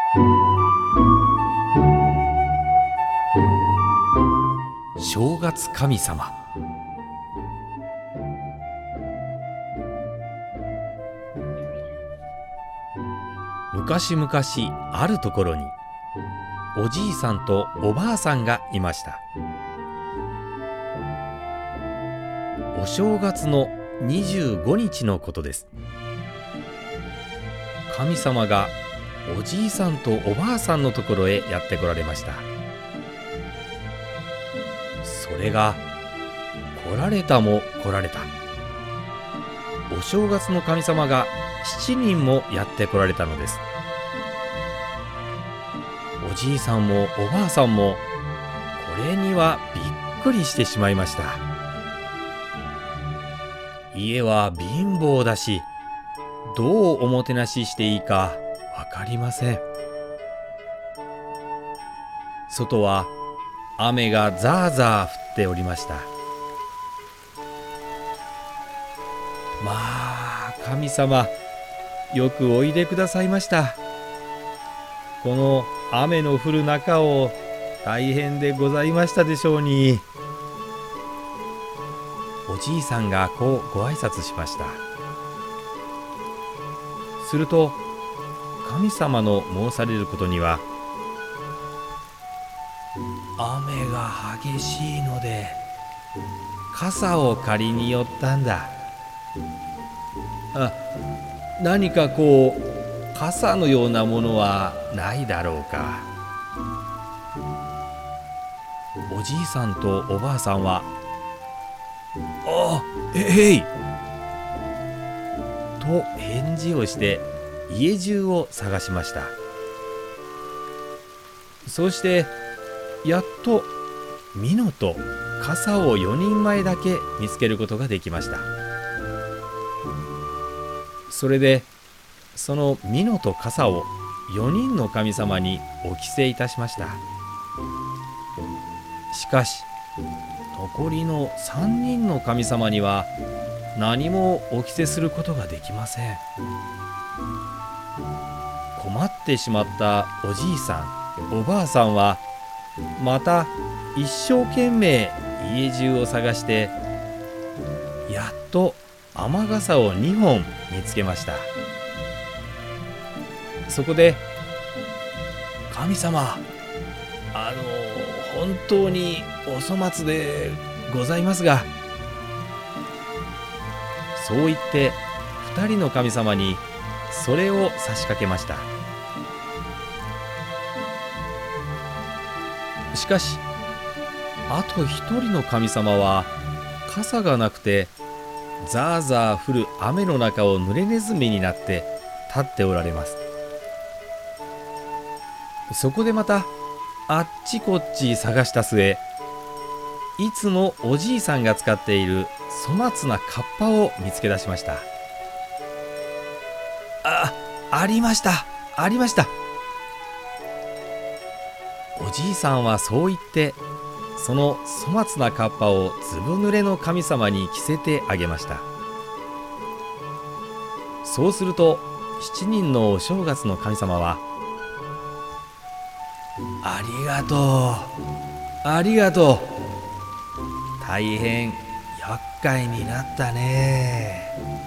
正月神様。昔々あるところにおじいさんとおばあさんがいました。お正月の25日のことです。神様がおじいさんとおばあさんのところへやって来られました。それが来られたも来られた。お正月の神様が7人もやって来られたのです。おじいさんもおばあさんもこれにはびっくりしてしまいました。家は貧乏だし、どうおもてなししていいかわかりません。外は雨がザーザー降っておりました。まあ神様、よくおいでくださいました。この雨の降る中を大変でございましたでしょうに。おじいさんがこうご挨拶しました。すると神様の申されることには、雨が激しいので傘を借りに寄ったんだ。何かこう傘のようなものはないだろうか。おじいさんとおばあさんはへいと返事をして家中を探しました。そしてやっとミノと傘を4人前だけ見つけることができました。それでそのミノと傘を4人の神様にお着せいたしました。しかし残りの3人の神様には何もお着せすることができません。困ってしまったおじいさんおばあさんはまた一生懸命家中を探して、やっと雨傘を2本見つけました。そこで、神様、本当にお粗末でございますが、そう言って2人の神様にそれを差し掛けました。しかしあと1人の神様は傘がなくてザーザー降る雨の中を濡れネズミになって立っておられます。そこでまたあっちこっち探した末、いつもおじいさんが使っている粗末なカッパを見つけ出しました。ありました、ありました。おじいさんはそう言ってその粗末なカッパをずぶ濡れの神様に着せてあげました。そうすると7人のお正月の神様は、ありがとう、ありがとう、大変厄介になったね。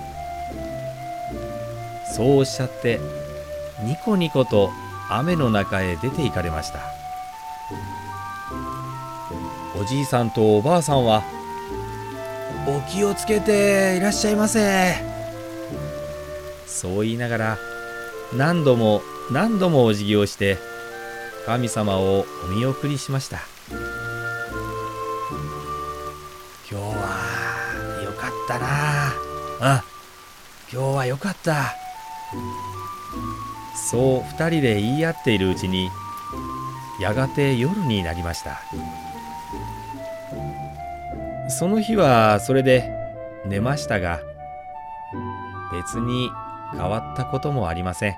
そうおっしゃってニコニコと雨の中へ出て行かれました。おじいさんとおばあさんは、お気をつけていらっしゃいませ、そう言いながら何度も何度もお辞儀をして神様をお見送りしました。今日はよかったな。今日はよかった。そう2人で言い合っているうちに、やがて夜になりました。その日はそれで寝ましたが、別に変わったこともありません。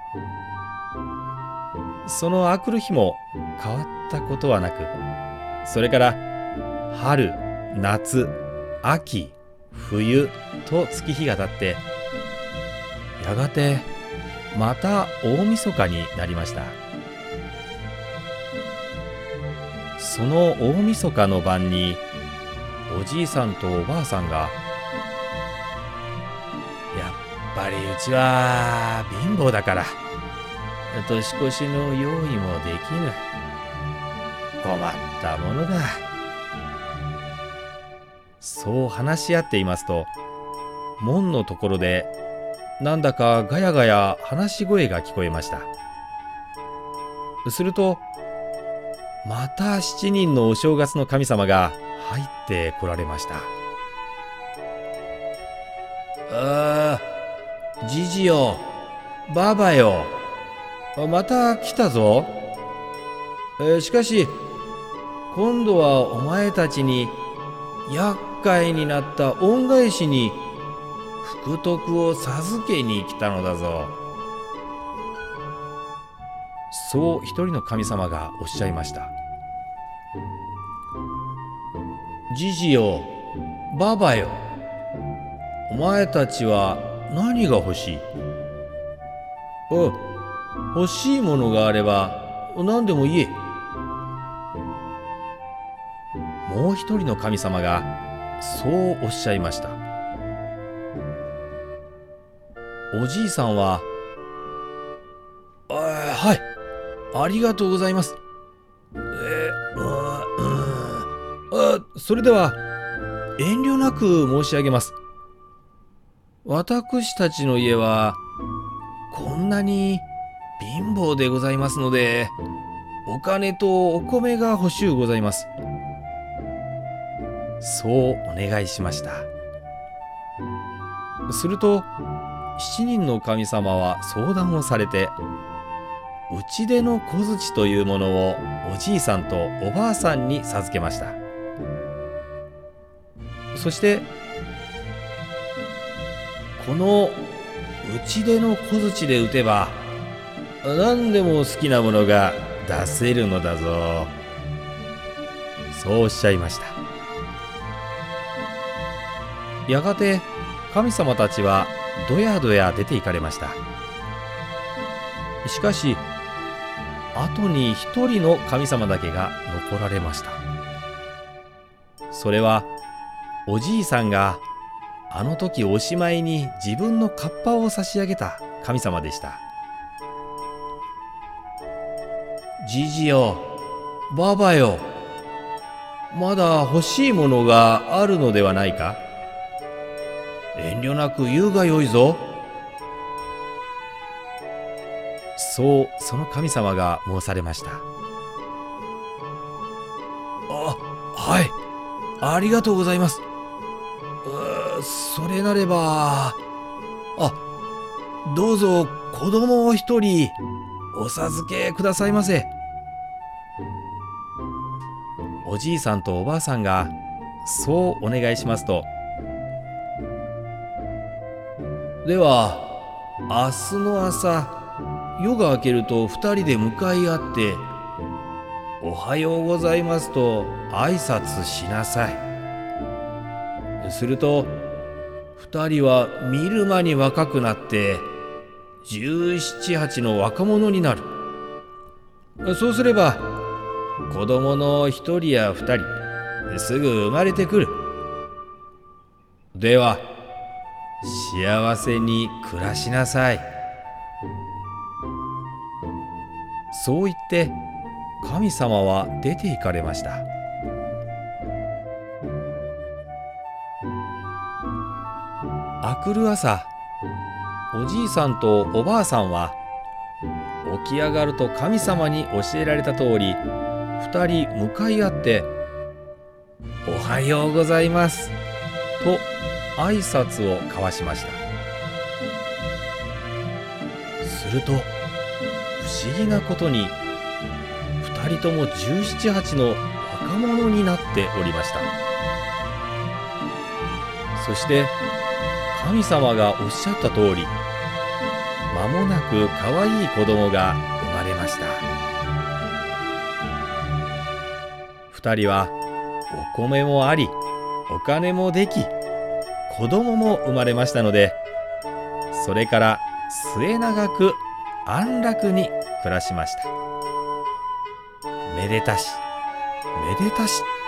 そのあくる日も変わったことはなく、それから春、夏、秋、冬と月日が経って、やがてまた大晦日になりました。 その大晦日の晩におじいさんとおばあさんが、やっぱりうちは貧乏だから年越しの用意もできぬ。困ったものだ。そう話し合っていますと、門のところでなんだかガヤガヤ話し声が聞こえました。すると、また7人のお正月の神様が入ってこられました。じじよ、ばばよ、また来たぞ。しかし今度はお前たちに厄介になった恩返しに福徳を授けに来たのだぞ。そう一人の神様がおっしゃいました。じじよ、ばばよ、お前たちは何が欲しい？欲しいものがあれば何でも言え。もう一人の神様がそうおっしゃいました。おじいさんは、はい、ありがとうございます。それでは遠慮なく申し上げます。私たちの家はこんなに貧乏でございますので、お金とお米が欲しゅうございます。そうお願いしました。すると7人の神様は相談をされて、打ち出の小槌というものをおじいさんとおばあさんに授けました。そして、この打ち出の小槌で打てば何でも好きなものが出せるのだぞ。そうおっしゃいました。やがて神様たちはどやどや出て行かれました。しかし後に一人の神様だけが残られました。それはおじいさんがあの時おしまいに自分のカッパを差し上げた神様でした。じじよ、ばばよ、まだ欲しいものがあるのではないか？遠慮なく言うがよいぞ。そうその神様が申されました。はい、ありがとうございます。それなれば、どうぞ子供を一人お授けくださいませ。おじいさんとおばあさんがそうお願いしますと、では明日の朝、夜が明けると二人で向かい合って、おはようございますと挨拶しなさい。すると二人は見る間に若くなって17、18の若者になる。そうすれば子供の一人や二人すぐ生まれてくる。では幸せに暮らしなさい。そう言って神様は出て行かれました。明くる朝、おじいさんとおばあさんは起き上がると神様に教えられた通り、二人向かい合って「おはようございます」と挨拶を交わしました。すると不思議なことに、二人とも17、18の若者になっておりました。そして神様がおっしゃった通り、間もなく可愛い子供が生まれました。二人はお米もあり、お金もでき、子供も生まれましたので、それから末永く安楽に暮らしました。めでたしめでたし